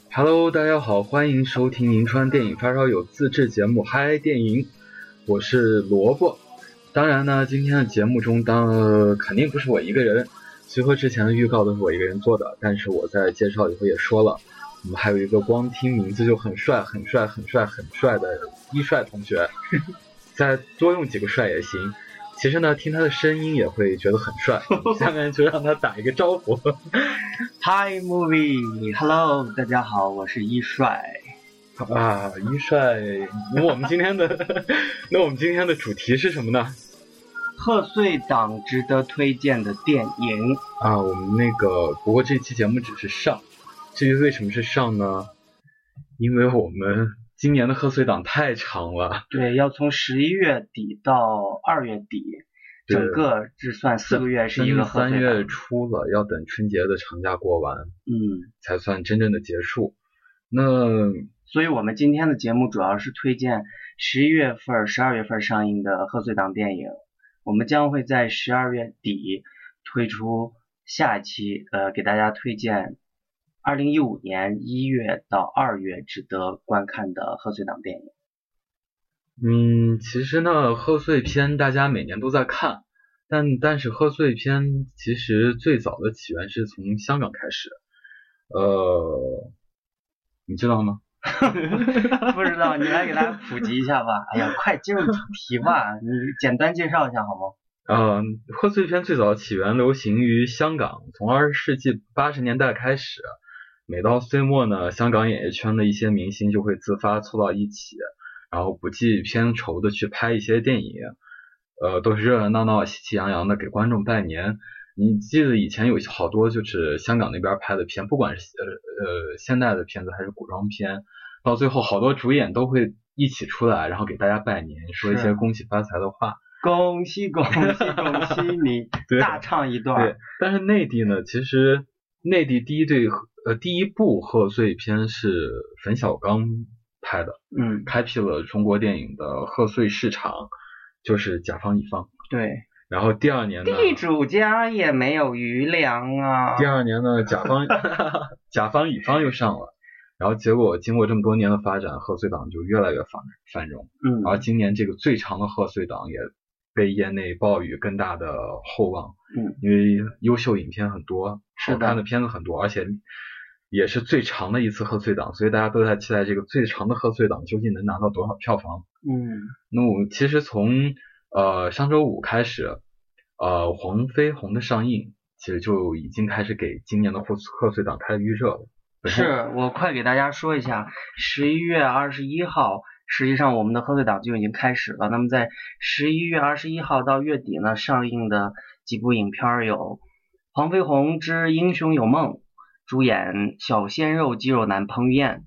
Hello， 大家好，欢迎收听银川电影发烧友自制节目《嗨电影》，我是萝卜。当然呢，今天的节目中肯定不是我一个人，虽说之前的预告都是我一个人做的，但是我在介绍以后也说了，我们还有一个光听名字就很帅的一帅同学，再多用几个帅也行。其实呢，听他的声音也会觉得很帅。下面就让他打一个招呼。 Hi movie，Hello， 大家好，我是一帅。 啊，一帅，那我们今天的主题是什么呢？ 贺岁档值得推荐的电影啊，我们不过这期节目只是上，至于为什么是上呢？因为我们今年的贺岁档太长了。 对，要从11月底到2月底，整个只算4个月是一个贺岁档。 3月初了，要等春节的长假过完，才算真正的结束。 所以我们今天的节目主要是推荐11月份、12月份上映的贺岁档电影。我们将会在12月底推出下一期，给大家推荐2015年1月到2月值得观看的贺岁档电影。其实呢，贺岁片大家每年都在看，但是贺岁片其实最早的起源是从香港开始。你知道吗？ 不知道，你来给大家普及一下吧。哎呀，快进入主题吧，你简单介绍一下好吗？ 贺岁片最早起源流行于香港，从20世纪80年代开始，每到岁末呢，香港演艺圈的一些明星就会自发凑到一起，然后不计片酬的去拍一些电影，都是热热闹闹、喜气洋洋的给观众拜年。你记得以前有好多就是香港那边拍的片，不管是现代的片子还是古装片，到最后好多主演都会一起出来，然后给大家拜年，说一些恭喜发财的话。 恭喜恭喜恭喜你大唱一段。 对，但是内地呢，其实内地第一部贺岁片是冯小刚拍的，开辟了中国电影的贺岁市场，就是甲方乙方。 对。 然后第二年呢， 地主家也没有余粮啊。 第二年呢，甲方乙方又上了，然后结果经过这么多年的发展，贺岁档就越来越繁荣。然后今年这个最长的贺岁档也被业内抱以更大的厚望。因为优秀影片很多，好看的片子很多，而且也是最长的一次贺岁档，所以大家都在期待这个最长的贺岁档究竟能拿到多少票房。那我其实从上周五开始，黄飞鸿的上映，其实就已经开始给今年的贺岁档开预热了。 是，我快给大家说一下，11月21号，实际上我们的贺岁档就已经开始了。那么在11月21号到月底呢，上映的几部影片有黄飞鸿之英雄有梦，主演小鲜肉肌肉男彭于晏。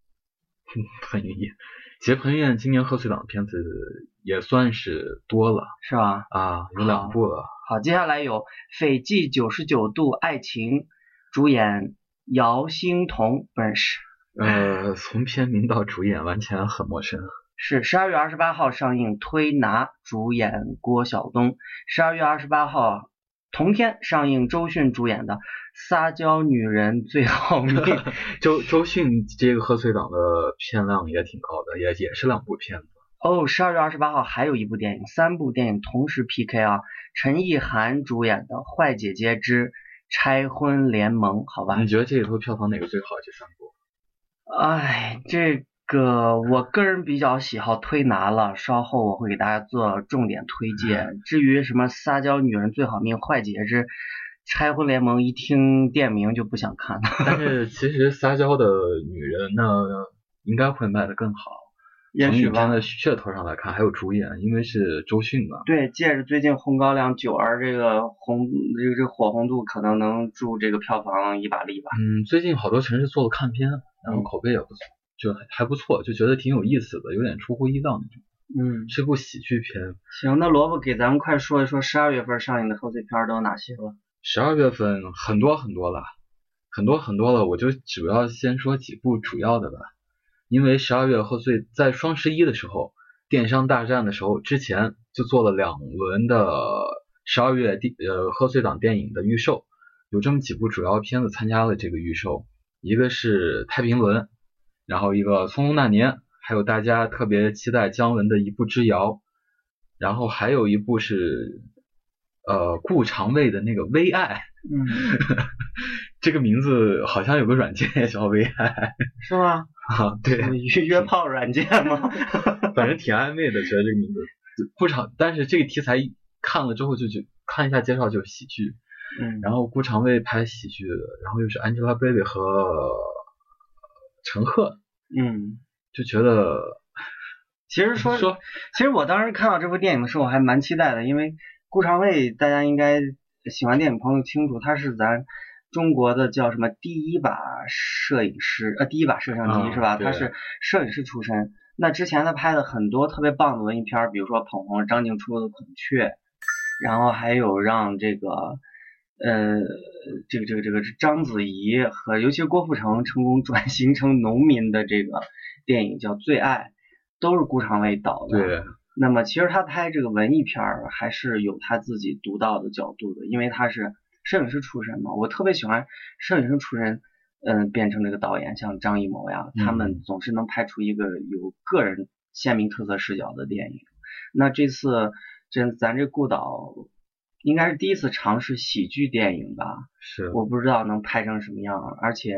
其实彭于晏今年贺岁档的片子也算是多了， 是吧？ 有2部了。 好，接下来有斐济99度爱情，主演姚星彤，不认识。 从片名到主演完全很陌生。 是12月28号上映推拿，主演郭晓东。12月28号同天上映周迅主演的撒娇女人最好命。 周迅这个贺岁档的片量也挺高的，也是2部片子。 12月28号还有一部电影，3部电影同时 PK 啊！陈意涵主演的《坏姐姐之拆婚联盟》，好吧？ 你觉得这里头票房哪个最好？这3部？ 这个我个人比较喜好推拿了，稍后我会给大家做重点推荐。至于什么撒娇女人最好命、坏姐姐之拆婚联盟，一听店名就不想看了。 但是其实撒娇的女人呢，应该会卖得更好。从影片的噱头上来看，还有主演，因为是周迅嘛。 对，借着最近红高粱9儿这个这火红度，可能能助这个票房一把力吧。 最近好多城市做了看片，然后口碑也不错，就还不错，就觉得挺有意思的，有点出乎意料那种。是部喜剧片。 行，那萝卜给咱们快说一说12月份上映的贺岁片都有哪些了 ？12月份很多了，很多了，我就主要先说几部主要的吧。因为12月贺岁在双11的时候，电商大战的时候之前就做了2轮的12月贺岁档电影的预售，有这么几部主要片子参加了这个预售。 一个是太平轮，然后一个匆匆那年，还有大家特别期待姜文的一部之遥，然后还有一部是顾长卫的那个微爱。这个名字好像有个软件也叫微爱。 是吗？ 啊，对， 约炮软件吗？ 反正挺暧昧的，觉得这个名字顾长，但是这个题材看了之后就看一下介绍就是喜剧，然后顾长卫拍喜剧的，然后又是 Angelababy 和陈赫，就觉得其实我当时看到这部电影的时候我还蛮期待的，因为顾长卫大家应该喜欢电影朋友清楚，他是咱中国的叫什么第一把摄影师，第一把摄像机是吧？他是摄影师出身。那之前他拍的很多特别棒的文艺片，比如说捧红了张静初的《孔雀》，然后还有让这个章子怡和尤其是郭富城成功转型成农民的这个电影叫《最爱》，都是顾长卫导的。 对。 那么其实他拍这个文艺片还是有他自己独到的角度的，因为他是摄影师出身嘛。我特别喜欢摄影师出身变成这个导演，像张艺谋呀，他们总是能拍出一个有个人鲜明特色视角的电影。那这次咱这顾导应该是第一次尝试喜剧电影吧？ 是， 我不知道能拍成什么样，而且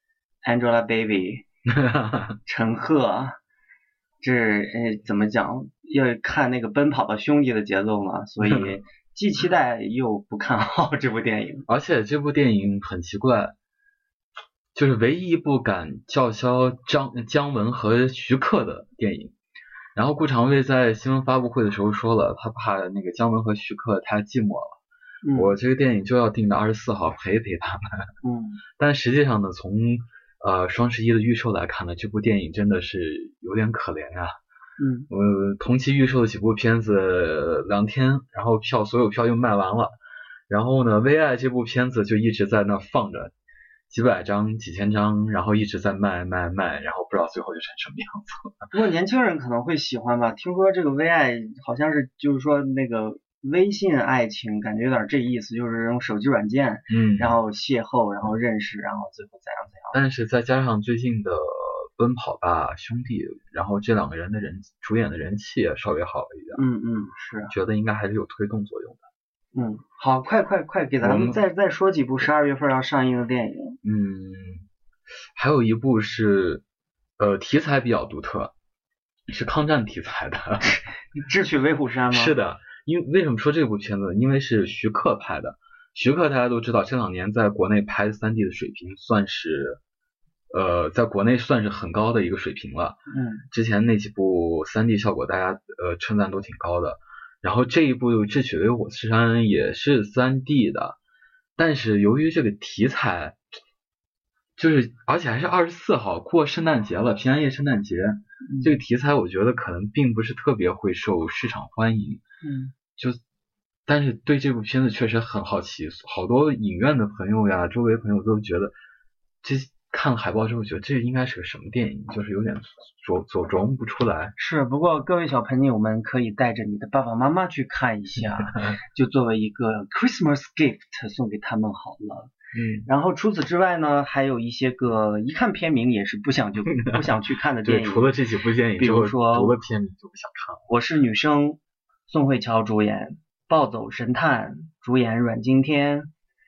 Angelababy 陈赫，这怎么讲？要看那个奔跑的兄弟的节奏嘛，所以既期待又不看好这部电影。 而且这部电影很奇怪，就是唯一一部敢叫嚣姜文和徐克的电影。然后顾长卫在新闻发布会的时候说了，他怕那个姜文和徐克太寂寞了，我这个电影就要定到24号陪陪他们。但实际上呢，从双11的预售来看呢，这部电影真的是有点可怜呀。同期预售的几部片子2天，然后所有票又卖完了，然后呢，微爱这部片子就一直在那放着，几百张几千张，然后一直在卖，然后不知道最后就成什么样子。 不过年轻人可能会喜欢吧，听说这个微爱好像是就是说那个微信爱情，感觉有点这意思，就是用手机软件，然后邂逅，然后认识，然后最后怎样。 但是再加上最近的奔跑吧兄弟，然后这2个人的主演的人气也稍微好了一点。 是， 觉得应该还是有推动作用的。 好，快给咱们再说几部12月份要上映的电影。 还有一部是题材比较独特，是抗战题材的。 智取威虎山吗？ 是的，为什么说这部片子？因为是徐克拍的。徐克大家都知道，这2年在国内拍3D 的水平算是在国内算是很高的一个水平了。之前那几部3D 效果大家称赞都挺高的。然后这一部《智取威虎山》也是3D 的，但是由于这个题材，就是而且还是24号过圣诞节了，平安夜圣诞节，这个题材我觉得可能并不是特别会受市场欢迎。但是对这部片子确实很好奇，好多影院的朋友呀，周围朋友都觉得看了海报之后觉得这应该是个什么电影，就是有点琢磨不出来。 是，不过各位小朋友们可以带着你的爸爸妈妈去看一下，就作为一个 Christmas gift 送给他们好了。然后除此之外呢，还有一些个一看片名也是不想去看的电影。 对，除了这几部电影， 比如说读了片名就不想看了。 我是女生，宋慧乔主演，暴走神探主演阮经天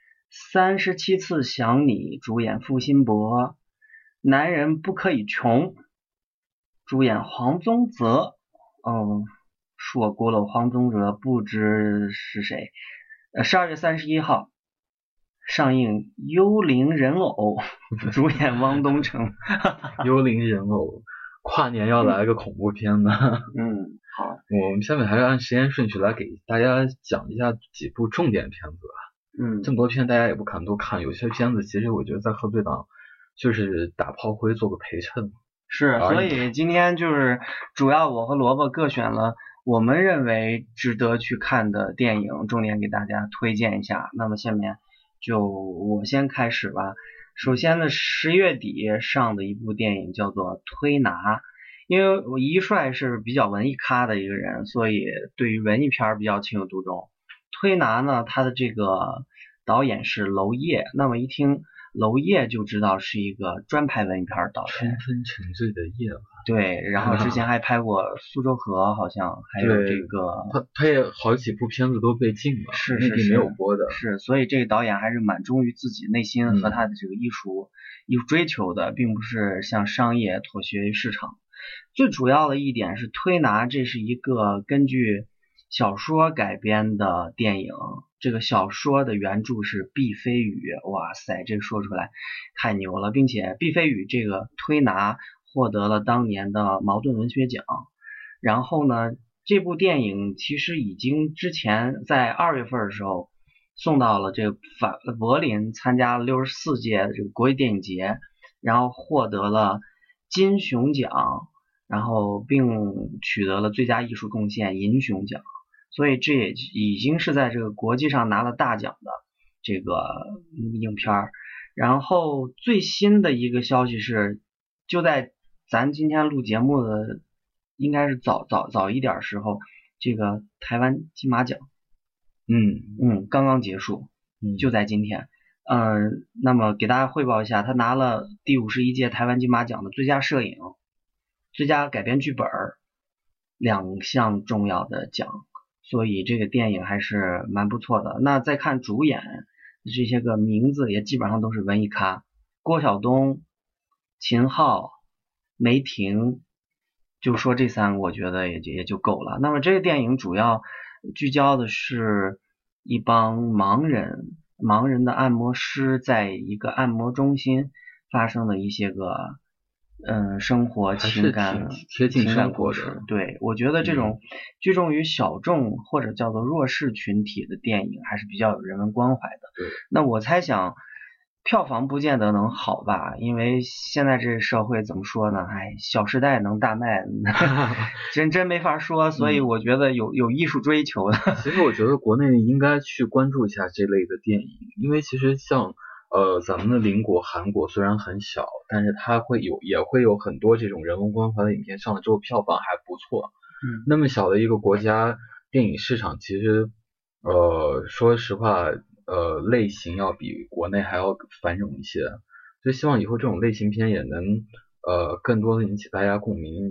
，37次想你主演付辛博，男人不可以穷主演黄宗泽。说过了，黄宗泽不知是谁。12月31号上映幽灵人偶，主演汪东城。 幽灵人偶跨年要来个恐怖片呢。 好， 我们下面还是按时间顺序来给大家讲一下几部重点片子吧。这么多片大家也不可能都看，有些片子其实我觉得在贺岁档就是打炮灰做个陪衬。 是，所以今天就是主要我和萝卜各选了我们认为值得去看的电影，重点给大家推荐一下。那么下面就我先开始吧。首先呢，11月底上的一部电影叫做《推拿》。因为我一帅是比较文艺咖的一个人，所以对于文艺片比较情有独钟。推拿呢，他的这个导演是娄烨，那么一听娄烨就知道是一个专拍文艺片的导演。 春风沉醉的夜晚。 对，然后之前还拍过《苏州河》，好像还有这个， 他也好几部片子都被禁了，内地没有播的。 是，所以这个导演还是蛮忠于自己内心和他的这个艺术追求的，并不是向商业妥协于市场。最主要的一点是推拿，这是一个根据小说改编的电影，这个小说的原著是毕飞宇，哇塞，这个说出来太牛了，并且毕飞宇这个推拿获得了当年的茅盾文学奖。然后呢，这部电影其实已经之前在2月份的时候送到了这个柏林参加了64届的这个国际电影节，然后获得了金熊奖，然后并取得了最佳艺术贡献银熊奖。所以这也已经是在这个国际上拿了大奖的这个影片。然后最新的一个消息是，就在咱今天录节目的应该是早一点时候，这个台湾金马奖刚刚结束，就在今天。那么给大家汇报一下，他拿了第51届台湾金马奖的最佳摄影、最佳改编剧本2项重要的奖，所以这个电影还是蛮不错的。那再看主演这些个名字也基本上都是文艺咖，郭晓东、秦昊、梅婷，就说这3个我觉得也就够了。那么这个电影主要聚焦的是一帮盲人的按摩师在一个按摩中心发生的一些个生活情感贴近生活的。 对，我觉得这种聚重于小众或者叫做弱势群体的电影还是比较有人文关怀的。 对， 那我猜想票房不见得能好吧，因为现在这社会怎么说呢，小时代能大卖真没法说，所以我觉得有艺术追求的。 其实我觉得国内应该去关注一下这类的电影，因为其实像咱们的邻国韩国虽然很小，但是它也会有很多这种人文关怀的影片上了之后票房还不错。那么小的一个国家，电影市场其实说实话类型要比国内还要繁荣一些，就希望以后这种类型片也能更多的引起大家共鸣，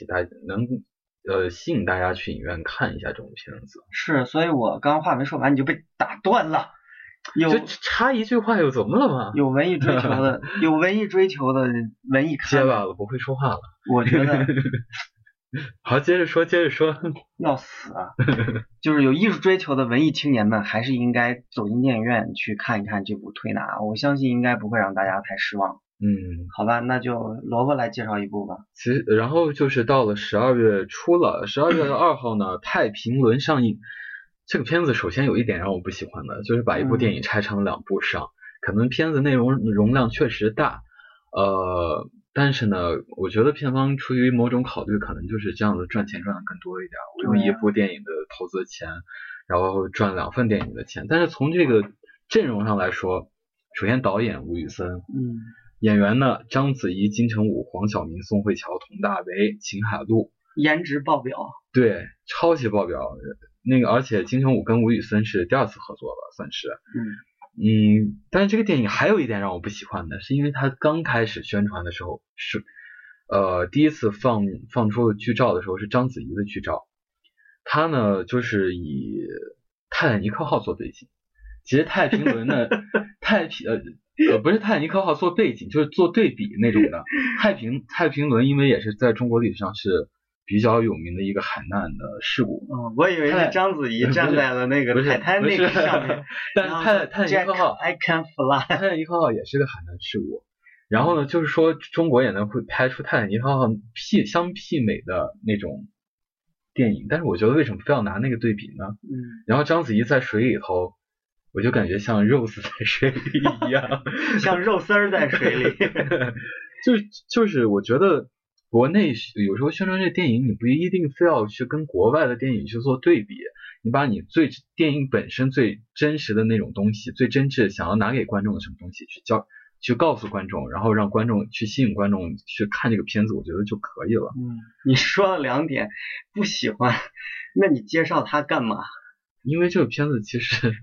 吸引大家去影院看一下这种片子。 是，所以我刚话没说完你就被打断了。 就插一句话又怎么了吗？ 有文艺追求的文艺咖结巴了，不会说话了。 我觉得好，接着说要死啊就是有艺术追求的文艺青年们还是应该走进电影院去看一看这部推拿，我相信应该不会让大家太失望。好吧，那就萝卜来介绍一部吧。 其实然后就是到了12月初了，12月2号呢太平轮上映。这个片子首先有一点让我不喜欢的，就是把一部电影拆成2部上，可能片子内容量确实大，但是呢，我觉得片方出于某种考虑，可能就是这样子赚钱赚的更多一点。我用一部电影的投资钱，然后赚2份电影的钱。但是从这个阵容上来说，首先导演吴宇森，演员呢章子怡、金城武、黄晓明、宋慧乔、佟大为、秦海璐， 颜值爆表。 对，超级爆表。而且金城武跟吴宇森是第2次合作了，算是。但是这个电影还有一点让我不喜欢的，是因为他刚开始宣传的时候是第一次放出剧照的时候是章子怡的剧照，他呢就是以泰坦尼克号做背景。其实太平轮呢不是泰坦尼克号做背景，就是做对比那种的。太平轮因为也是在中国历史上是比较有名的一个海难的事故。 我以为是章子怡站在了那个海滩那个上面。 但泰坦尼克号 I can fly， 泰坦尼克号也是个海难事故。然后呢，就是说中国也能会拍出泰坦尼克号相媲美的那种电影，但是我觉得为什么非要拿那个对比呢？然后章子怡在水里头，我就感觉像 Rose 在水里一样， 像肉丝儿在水里。 就是我觉得国内有时候宣传这电影，你不一定非要去跟国外的电影去做对比，你把你电影本身最真实的那种东西，最真挚想要拿给观众的什么东西去告诉观众，然后让观众去吸引观众去看这个片子，我觉得就可以了。 你说了2点不喜欢，那你介绍它干嘛？ 因为这个片子其实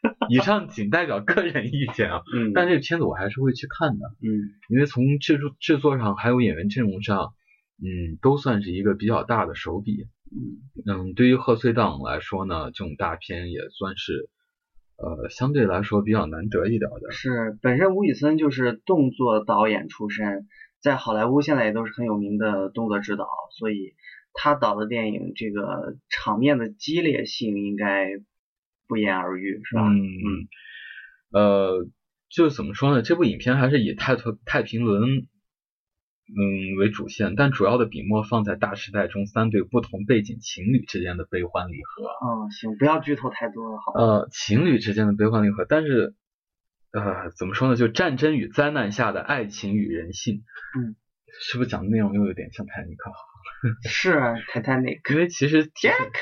以上仅代表个人意见啊。但这个片子我还是会去看的。因为从制作上还有演员阵容上，都算是一个比较大的手笔。对于贺岁档来说呢，这种大片也算是相对来说比较难得一点的。 是，本身吴宇森就是动作导演出身，在好莱坞现在也都是很有名的动作指导，所以他导的电影这个场面的激烈性应该不言而喻，是吧？ 就怎么说呢？这部影片还是以太平轮为主线，但主要的笔墨放在大时代中3对不同背景情侣之间的悲欢离合。 行，不要剧透太多了，好吧？ 情侣之间的悲欢离合，但是怎么说呢？就战争与灾难下的爱情与人性。是不是讲的内容又有点像泰坦尼克号？ 是啊，Titanic。 因为其实 Jack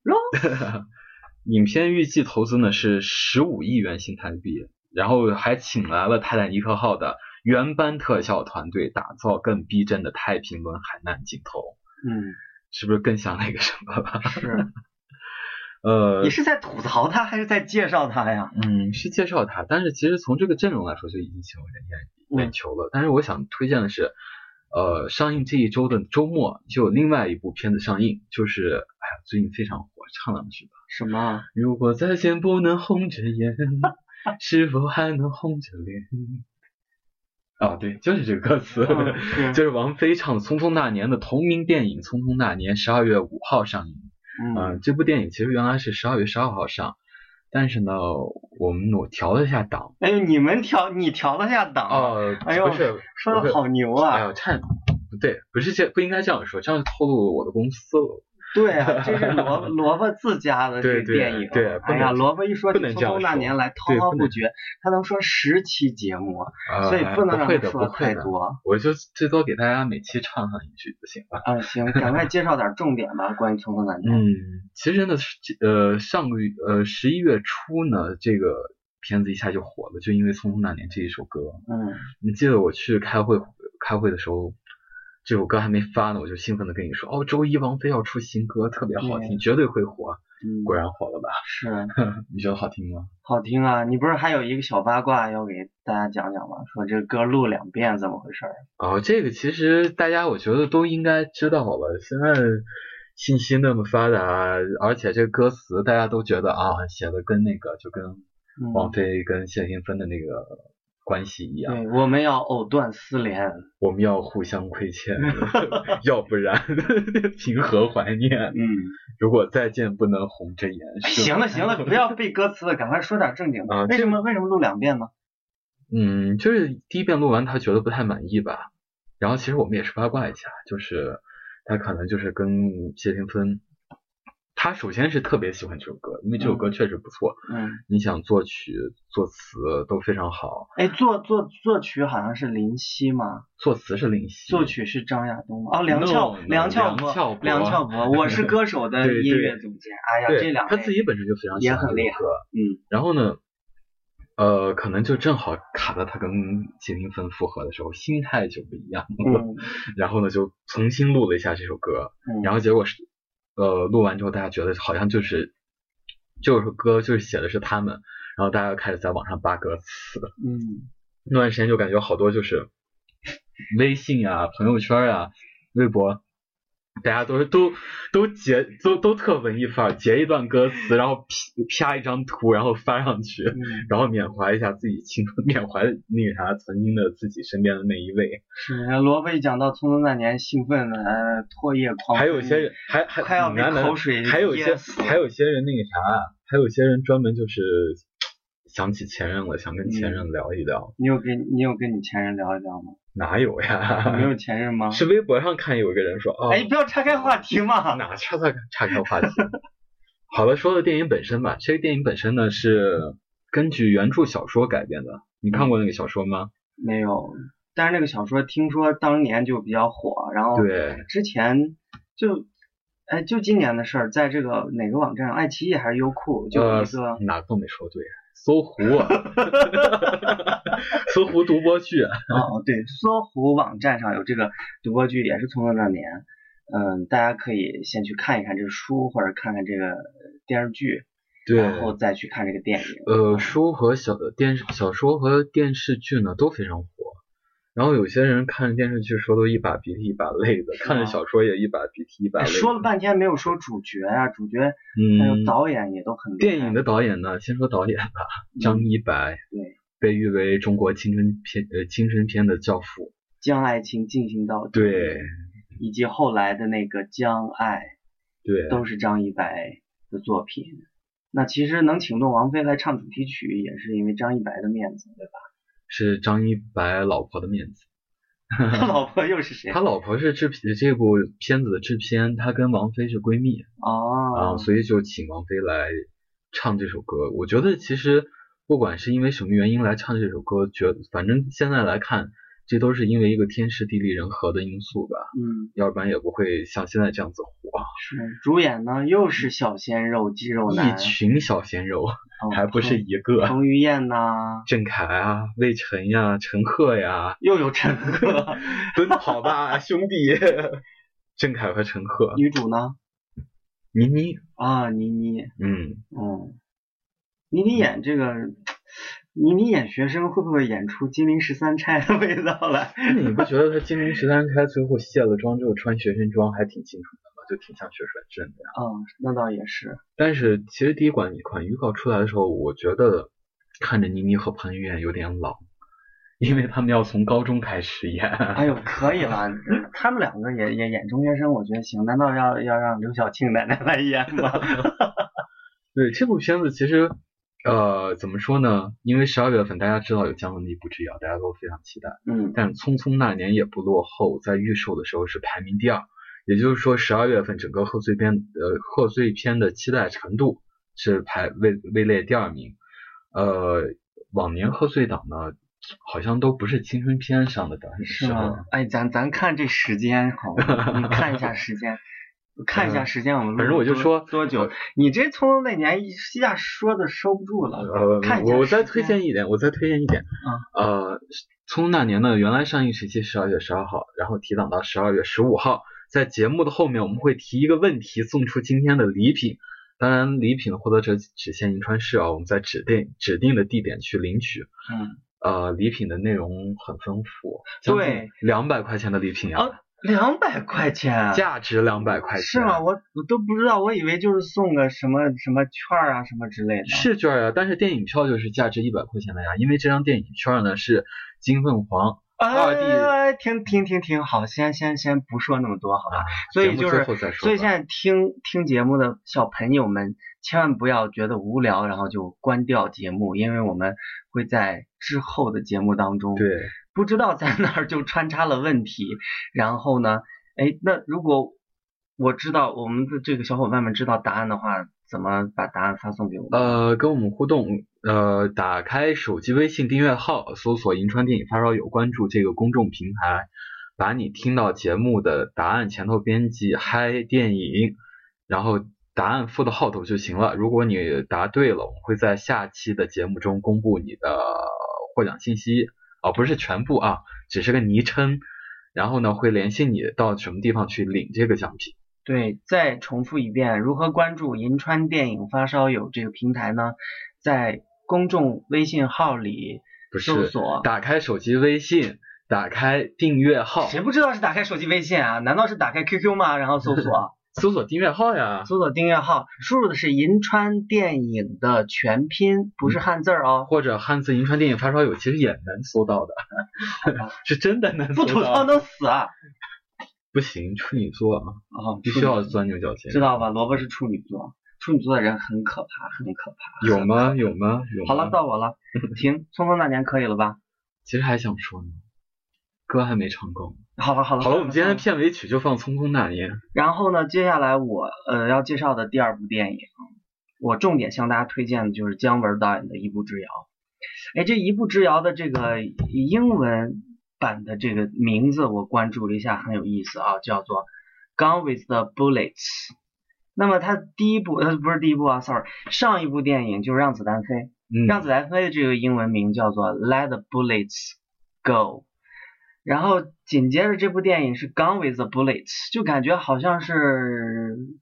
Rose 影片预计投资呢是15亿元新台币，然后还请来了泰坦尼克号的原班特效团队，打造更逼真的太平轮海难镜头。是不是更像那个什么了？ 是。你是在吐槽他还是在介绍他呀？ 是介绍他，但是其实从这个阵容来说就已经吸引人眼球了。但是我想推荐的是上映这一周的周末就有另外一部片子上映，就是最近非常火，唱两句吧。 什么？ 如果再见不能红着眼，是否还能红着脸？对，就是这个歌词。就是王菲唱的《匆匆那年》的同名电影《匆匆那年》12月5号上映。这部电影其实原来是12月12号上，但是呢我调了一下档。 你调了下档？ 不是， 说的好牛啊！ 不对，不应该这样说，这样透露我的公司了。 对啊，这是萝卜自家的这个电影。 对， 萝卜一说起《匆匆那年》来滔滔不绝，他能说10期节目，所以不能让他说太多。 我就最多给大家每期唱上一句就行了。 行，赶快介绍点重点吧，关于《匆匆那年》。 其实呢，上个月11月初呢，这个片子一下就火了，就因为《匆匆那年》这一首歌。你记得我去开会的时候，这首歌还没发呢，我就兴奋的跟你说，周一王菲要出新歌，特别好听，绝对会火。果然火了吧？ 是。 你觉得好听吗？ 好听啊！你不是还有一个小八卦要给大家讲讲吗？说这歌录2遍怎么回事？ 这个其实大家我觉得都应该知道了，现在信息那么发达，而且这个歌词大家都觉得写的跟那个就跟王菲跟谢霆锋的那个关系一样。 对，我们要藕断丝连， 我们要互相亏欠，要不然凭何怀念？如果再见不能红着眼。 行了，不要背歌词了，赶快说点正经的。为什么录2遍呢？ 就是第一遍录完他觉得不太满意吧，然后其实我们也是八卦一下，就是他可能就是跟谢霆锋，他首先是特别喜欢这首歌，因为这首歌确实不错。你想作曲作词都非常好。 作曲好像是林夕吗？ 作词是林夕， 作曲是张亚东吗？梁翘柏，我是歌手的音乐总监。这两位他自己本身就非常喜欢也很厉害。 然后呢可能就正好卡到他跟谢霆锋复合的时候，心态就不一样了。然后呢就重新录了一下这首歌。然后结果是录完之后大家觉得好像就是这首歌就是写的是他们，然后大家开始在网上扒歌词。那段时间就感觉好多就是微信啊、朋友圈啊、微博，大家都截都特文艺范儿，截一段歌词，然后啪一张图，然后发上去，然后缅怀一下自己青春，缅怀那个啥曾经的自己身边的那一位。 是萝卜一讲到《匆匆那年》，兴奋的唾液狂， 还有些人还快要被口水还有些人那个啥，还有些人专门就是想起前任了，想跟前任聊一聊。 你有跟你前任聊一聊吗？ 哪有呀？ 没有前任吗？ 是微博上看有一个人说不要岔开话题嘛。 哪岔开话题？好了，说到电影本身吧，这个电影本身呢是根据原著小说改编的。你看过那个小说吗？ 没有，但是那个小说听说当年就比较火，然后之前就今年的事儿，在这个哪个网站，爱奇艺还是优酷，就一个哪个都没说对。搜狐搜狐独播剧。 对，搜狐网站上有这个独播剧，也是《匆匆那年》。大家可以先去看一看这个书，或者看看这个电视剧。 对， 然后再去看这个电影。 书和小说和电视剧呢都非常火。然后有些人看着电视剧说都一把鼻涕一把泪的，看着小说也一把鼻涕一把泪的。 说了半天没有说主角啊，主角还有导演也都很厉害。 电影的导演呢，先说导演吧，张一白， 对， 被誉为中国青春片的教父， 将爱情进行到底， 对， 以及后来的那个将爱， 对， 都是张一白的作品。那其实能请动王菲来唱主题曲，也是因为张一白的面子，对吧？ 是张一白老婆的面子。 他老婆又是谁？ 他老婆是这部片子的制片，他跟王菲是闺蜜所以就请王菲来唱这首歌。我觉得其实不管是因为什么原因来唱这首歌，反正现在来看，这都是因为一个天时地利人和的因素吧。要不然也不会像现在这样子火。 是，主演呢又是小鲜肉肌肉男， 一群小鲜肉，还不是一个。 彭于晏呐， 郑恺啊，魏晨呀，陈赫呀， 又有陈赫， 奔跑吧兄弟，郑恺和陈赫。 女主呢？ 倪妮啊，倪妮，倪妮演这个。倪妮演学生会不会演出金陵十三钗的味道来？ 你不觉得她金陵十三钗最后卸了妆之后穿学生装还挺清楚的吗？就挺像薛传真的呀。 那倒也是。 但是其实第一款预告出来的时候，我觉得看着倪妮和彭于晏有点老，因为他们要从高中开始演。 哎呦，可以了，他们两个也演中学生，我觉得行。难道要让刘晓庆奶奶来演吗？ 对，这部片子其实。怎么说呢？因为12月份大家知道有姜文的一部之遥，大家都非常期待。但匆匆那年也不落后，在预售的时候是排名第2，也就是说12月份整个贺岁片的期待程度是位列第2名。往年贺岁档呢，好像都不是青春片上的档， 是吗？哎，咱看这时间好吗？你看一下时间。看一下时间，我们反正我就说多久？你这匆匆那年一下说的收不住了。看一下我再推荐一点。匆匆那年呢，原来上映时期12月12号，然后提档到12月15号。在节目的后面，我们会提一个问题，送出今天的礼品。当然，礼品的获得者只限银川市我们在指定的地点去领取。礼品的内容很丰富， 对 ，200块钱的礼品啊。 200块钱， 价值200块钱， 是吗？我都不知道，我以为就是送个什么券啊什么之类的。 是券啊，但是电影票就是价值100块钱的呀，因为这张电影券呢是金凤凰2D。 停，好，先不说那么多，好吧？所以现在听节目的小朋友们，千万不要觉得无聊，然后就关掉节目，因为我们会在之后的节目当中， 对。 不知道在哪儿就穿插了问题，然后呢，那如果我知道我们的这个小伙伴们知道答案的话，怎么把答案发送给我们？ 跟我们互动，打开手机微信订阅号，搜索银川电影发烧友，关注这个公众平台，把你听到节目的答案前头编辑嗨电影，然后答案附到号头就行了。如果你答对了，我们会在下期的节目中公布你的获奖信息。不是全部只是个昵称，然后呢会联系你到什么地方去领这个奖品。 对，再重复一遍，如何关注银川电影发烧友这个平台呢？在公众微信号里搜索， 打开手机微信，打开订阅号。 谁不知道是打开手机微信啊？难道是打开 QQ 吗？然后搜索搜索订阅号呀， 搜索订阅号，输入的是银川电影的全拼，不是汉字或者汉字银川电影发烧友，其实也能搜到的。是真的能搜到。 不吐槽能死啊！ 不行，处女座必须要钻牛角尖， 知道吧？萝卜是处女座，处女座的人很可怕，很可怕。 有吗？ 好了，到我了。停，匆匆那年可以了吧？ 其实还想说呢，歌还没唱够。 好了， 我们今天的片尾曲就放《匆匆那年》。 然后呢，接下来我要介绍的第2部电影，我重点向大家推荐的就是姜文导演的《一步之遥》。这《一步之遥》的这个英文版的这个名字我关注了一下，很有意思叫做 Gone with the Bullets。那么它不是第一部sorry， 上一部电影就是《让子弹飞》。让子弹飞的这个英文名叫做 Let the Bullets Go。然后紧接着这部电影是 Gone with the Bullets， 就感觉好像是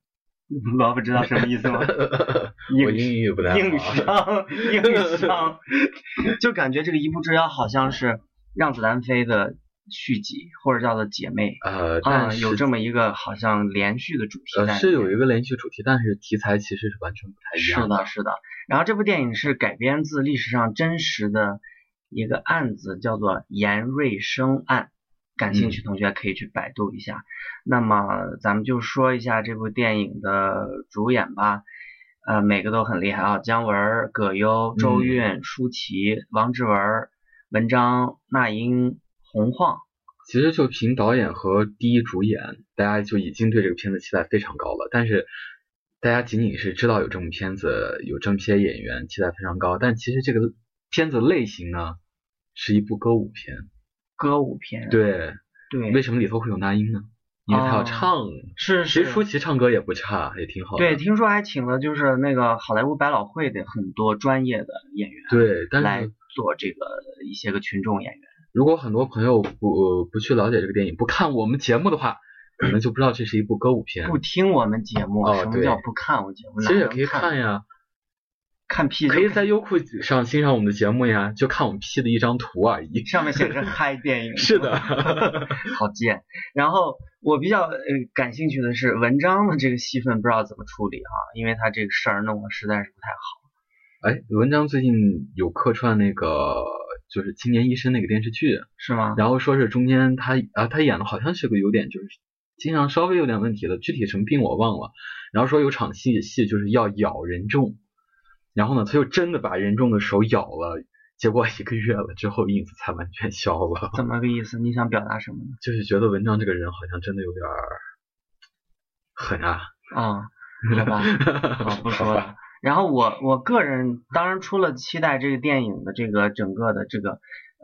萝卜知道什么意思吗？ 我英语不太好。 硬伤，就感觉这个一步之遥好像是让子弹飞的续集，或者叫做姐妹。 但是有这么一个好像连续的主题在。 是有一个连续主题，但是题材其实是完全不太一样的。 是的。然后这部电影是改编自历史上真实的一个案子，叫做严瑞生案。感兴趣同学可以去百度一下。那么咱们就说一下这部电影的主演吧。每个都很厉害啊，姜文、葛优、周韵、舒淇、王志文、文章、那英、洪晃。 其实就凭导演和第一主演，大家就已经对这个片子期待非常高了。但是大家仅仅是知道有这么片子，有这么些演员，期待非常高。但其实这个片子类型呢，是一部歌舞片。 歌舞片。 对。为什么里头会有那英呢？因为他要唱。 是。 其实舒淇唱歌也不差，也挺好的。 对，听说还请了就是那个好莱坞百老汇的很多专业的演员。 对，但是来做这个一些个群众演员。 如果很多朋友不去了解这个电影，不看我们节目的话，可能就不知道这是一部歌舞片。 不听我们节目，什么叫不看我们节目？ 其实也可以看呀。 看 P 可以在优酷上欣赏我们的节目呀，就看我们 P 的一张图而已， 上面写着嗨电影。 是的。 好贱。然后我比较感兴趣的是文章的这个戏份不知道怎么处理啊，因为他这个事儿弄得实在是不太好。 文章最近有客串那个就是青年医生那个电视剧。 是吗？ 然后说是中间他演的好像是个有点就是经常稍微有点问题的，具体什么病我忘了。然后说有场戏就是要咬人中。然后呢，他就真的把人中的手咬了，结果1个月了之后影子才完全消了。 怎么个意思？你想表达什么呢？ 就是觉得文章这个人好像真的有点狠啊。 好吧。不说了。然后我个人当然除了期待这个电影的这个整个的这个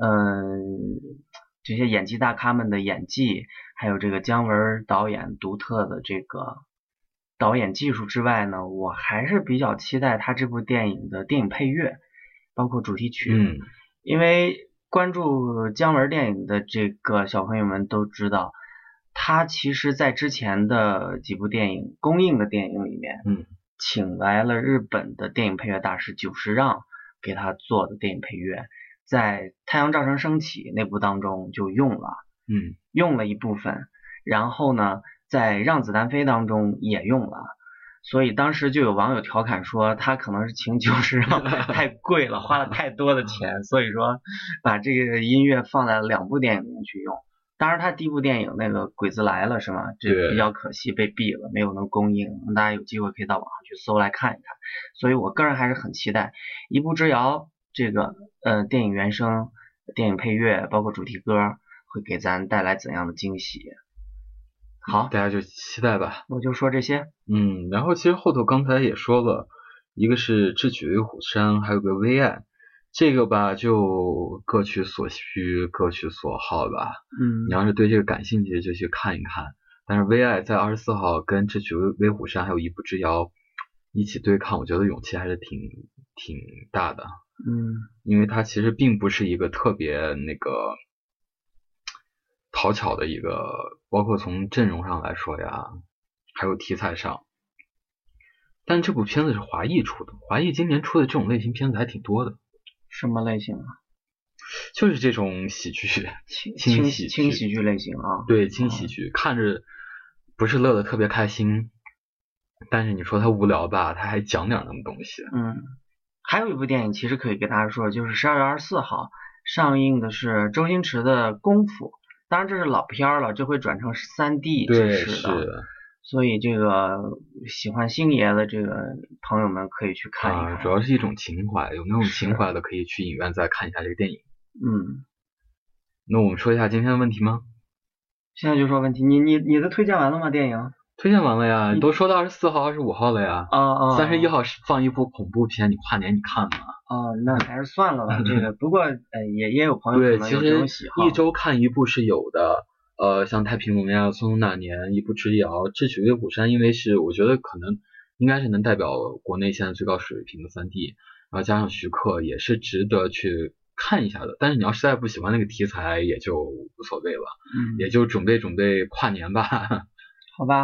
这些演技大咖们的演技，还有这个姜文导演独特的这个导演技术之外呢，我还是比较期待他这部电影的电影配乐，包括主题曲。因为关注姜文电影的这个小朋友们都知道，他其实在之前的几部电影公映的电影里面，请来了日本的电影配乐大师久石让给他做的电影配乐，在《太阳照常升起》那部当中就用了一部分，然后呢在《让子弹飞》当中也用了，所以当时就有网友调侃说他可能是请久石让太贵了，花了太多的钱，所以说把这个音乐放在2部电影里面去用。当然他第一部电影那个鬼子来了是吗？这比较可惜被毙了，没有能公映，大家有机会可以到网上去搜来看一看。所以我个人还是很期待一步之遥这个电影原声、电影配乐包括主题歌会给咱带来怎样的惊喜。好， 大家就期待吧。 我就说这些。 然后其实后头刚才也说了，一个是智取威虎山，还有个微爱。这个吧就各取所需各取所好吧。你要是对这个感兴趣就去看一看。但是微爱在24号跟智取威虎山还有一步之遥一起对抗，我觉得勇气还是挺大的。因为它其实并不是一个特别那个讨巧的一个，包括从阵容上来说呀还有题材上。但这部片子是华谊出的，华谊今年出的这种类型片子还挺多的。 什么类型啊？ 就是这种喜剧，轻喜剧类型啊。 对，轻喜剧，看着不是乐得特别开心，但是你说它无聊吧，它还讲点那么东西。 还有一部电影其实可以给大家说，就是12月24号上映的是周星驰的《功夫》，当然这是老片了，这回转成3D 制式的。所以这个喜欢星爷的这个朋友们可以去看一看。 主要是一种情怀，有那种情怀的可以去影院再看一下这个电影。那我们说一下今天的问题吗？ 现在就说问题，你的推荐完了吗？电影推荐完了呀，你都说到24号、25号了呀。31号放一部恐怖片，你跨年你看吗？ 那还是算了吧。这个不过也有朋友可能有这种喜好。 一周看一部是有的。像太平轮呀、匆匆那年、一步之遥、智取威虎山，因为是我觉得可能应该是能代表国内现在最高水平的3D， 然后加上徐克也是值得去看一下的。但是你要实在不喜欢那个题材也就无所谓了，也就准备跨年吧。 好吧，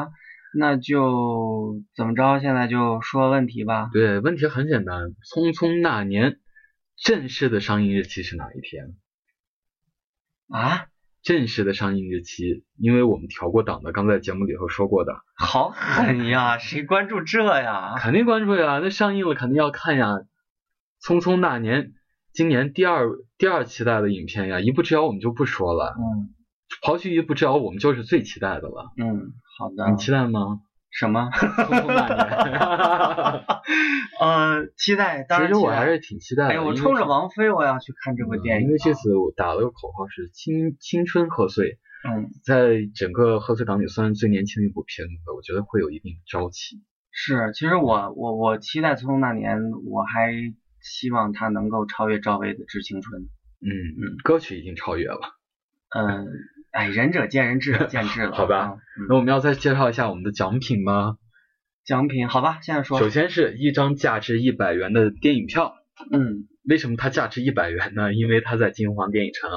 那就怎么着？现在就说问题吧。 对，问题很简单，《匆匆那年》正式的上映日期是哪一天？ 啊？ 正式的上映日期，因为我们调过档的，刚在节目里头说过的。 好狠呀！谁关注这呀？ 肯定关注呀，那上映了肯定要看呀。《匆匆那年》今年第二期待的影片呀，一步之遥我们就不说了。刨去一步之遥，我们就是最期待的了。 好的。 你期待吗？ 什么？ 匆匆那年。期待，当然期待。 其实我还是挺期待的。 哎，我冲着王菲我要去看这部电影。 因为这次我打了个口号是青春贺岁。在整个贺岁档里算是最年轻的一部片子，我觉得会有一定朝气。 是，其实我期待《匆匆那年》，我还希望它能够超越赵薇的《致青春》。 歌曲已经超越了。 仁者见仁，智者见智了。 好吧，那我们要再介绍一下我们的奖品吗？ 奖品，好吧，现在说。 首先是一张价值100元的电影票。为什么它价值100元呢？因为它在金黄电影城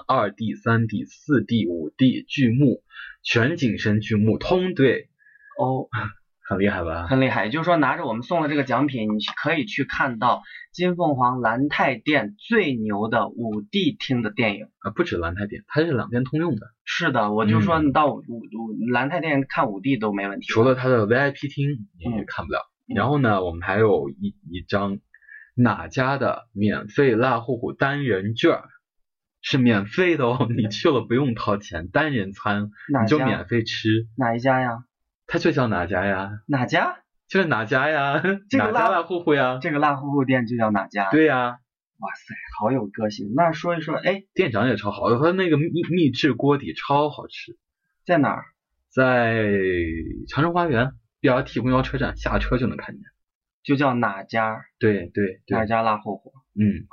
2D、3D、4D、5D 剧目，全景声剧目通对。很厉害吧？ 很厉害，就是说拿着我们送的这个奖品，你可以去看到金凤凰兰泰店最牛的5D 厅的电影。 不止兰泰店，它是两边通用的。 是的，我就说你到兰泰店看5D 都没问题。 除了它的 VIP 厅你也看不了。然后呢，我们还有一张哪家的免费辣户户单人券，是免费的哦，你去了不用掏钱，单人餐你就免费吃。 哪一家呀？ 它就叫哪家呀？ 哪家？ 就是哪家呀？哪家辣户户呀？ 这个辣户户店就叫哪家？ 对呀。 哇塞，好有个性。那说一说， 店长也超好，他那个秘制锅底超好吃。 在哪儿？ 在长城花园 BRT 公交车站下车就能看见。 就叫哪家？ 对， 哪家辣户户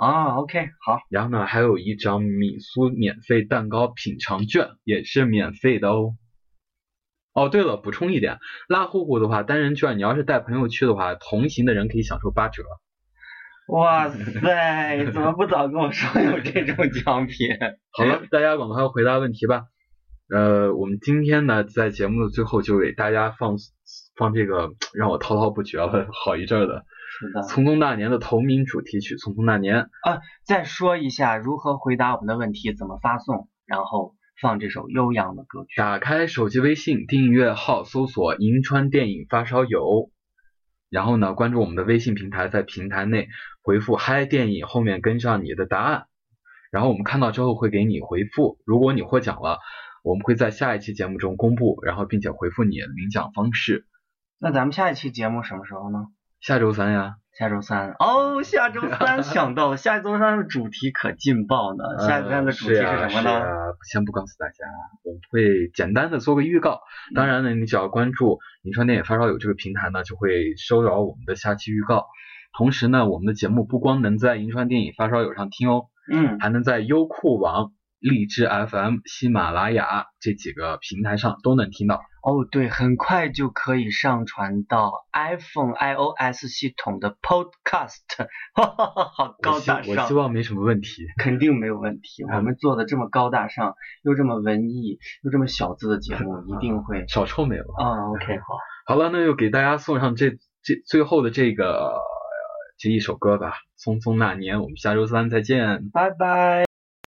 ？OK 好。 然后呢，还有一张米苏免费蛋糕品尝券，也是免费的哦。对了，补充一点，辣户户的话，单人券你要是带朋友去的话，同行的人可以享受8折。 哇塞，怎么不早跟我说有这种奖品？ 好了，大家赶快回答问题吧。我们今天呢，在节目的最后就给大家放这个让我滔滔不绝了好一阵的。 是的。 匆匆那年的同名主题曲《匆匆那年》。 再说一下如何回答我们的问题，怎么发送，然后放这首悠扬的歌曲。 打开手机微信订阅号，搜索银川电影发烧友，然后呢关注我们的微信平台，在平台内回复嗨电影，后面跟上你的答案，然后我们看到之后会给你回复。如果你获奖了，我们会在下一期节目中公布，然后并且回复你领奖方式。 那咱们下一期节目什么时候呢？ 下周3呀。 下周3下周3想到了，下周3的主题可劲爆呢。下周3的主题是什么呢？ 先不告诉大家，我们会简单的做个预告。当然呢，你只要关注银川电影发烧友这个平台呢，就会收到我们的下期预告。同时呢，我们的节目不光能在银川电影发烧友上听哦，还能在优酷网、荔枝 FM、喜马拉雅这几个平台上都能听到。 对，很快就可以上传到 iPhone iOS 系统的 Podcast。 好高大上。 我希望没什么问题。 肯定没有问题。我们做的这么高大上又这么文艺又这么小资的节目一定会少臭美了。 OK 好了，那就给大家送上这最后的这一首歌吧，匆匆那年。我们下周3再见， 拜拜。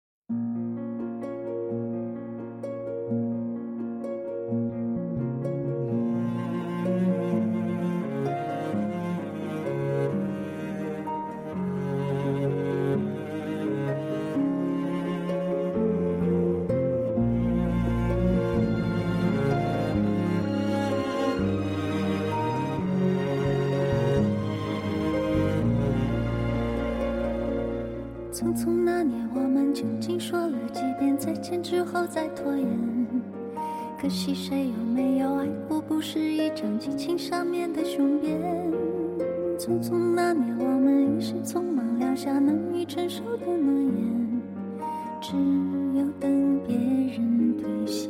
匆匆那年，我们究竟说了几遍再见之后再拖延？可惜谁有没有爱过，不是一张激情上面的雄辩。匆匆那年，我们一时匆忙撂下难以承受的诺言，只有等别人兑现。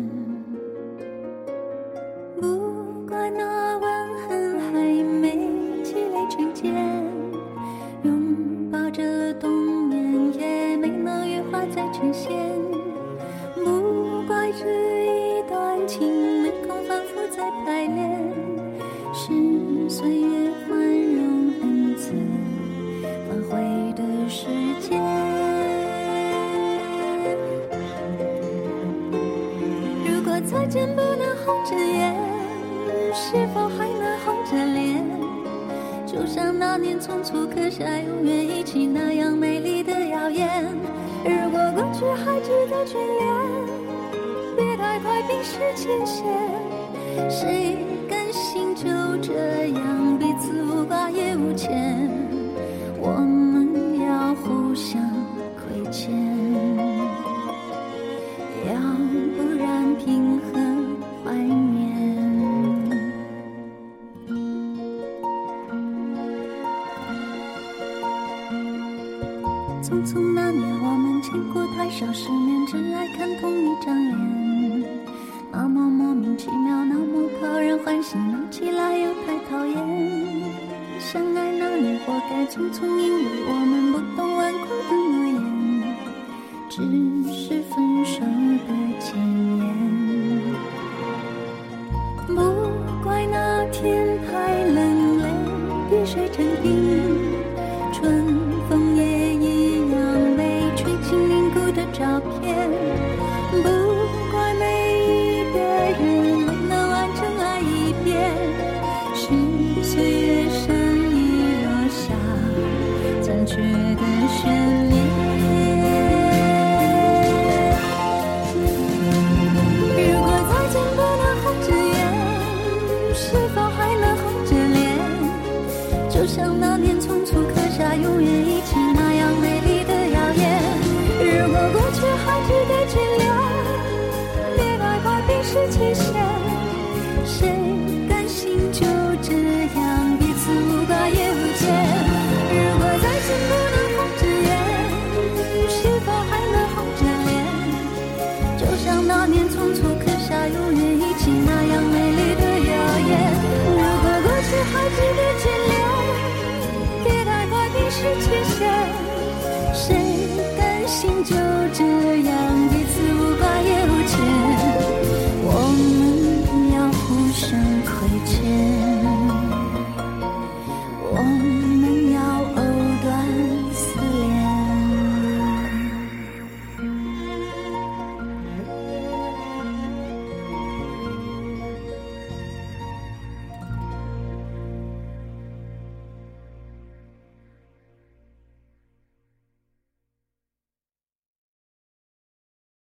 不怪那吻痕还没积累成茧，拥抱着冬眠也没能羽化再成仙。不怪这一段情没空反复再在排练，是岁月宽容恩赐发挥的时间。如果再见不能红着眼，是否还能红着脸？就像那年匆促刻下永远一起那样美丽的谣言。如果过去还值得眷恋，别太快冰释前嫌。谁甘心就这样彼此无挂也无牵？我们要互相亏欠，要不然凭何怀念？匆匆那年我们见过太少世面，只爱看同一张脸，那么莫名其妙，那么讨人欢喜，闹起来又太讨厌。相爱那年活该匆匆，因为我们不懂顽固的诺言，只是分手的前言。不怪那天太冷，泪滴水成冰，春风也一样被吹进凝固的照片。不怪每一个人都能完整爱一遍，是岁月善意落下残缺的悬念。如果再见不能红着眼，是否还能红着脸？就像那年匆促刻下永远一起那样美丽的谣言。如果过去还值得眷恋，别太快冰释前嫌。谁甘心就这样彼此无挂也无牵？如果再见不能红着眼，是否还能红着脸？就像那年匆促刻下永远一起那样美丽的谣言。如果过去还值得眷恋，别太快冰释前嫌。谁甘心就这样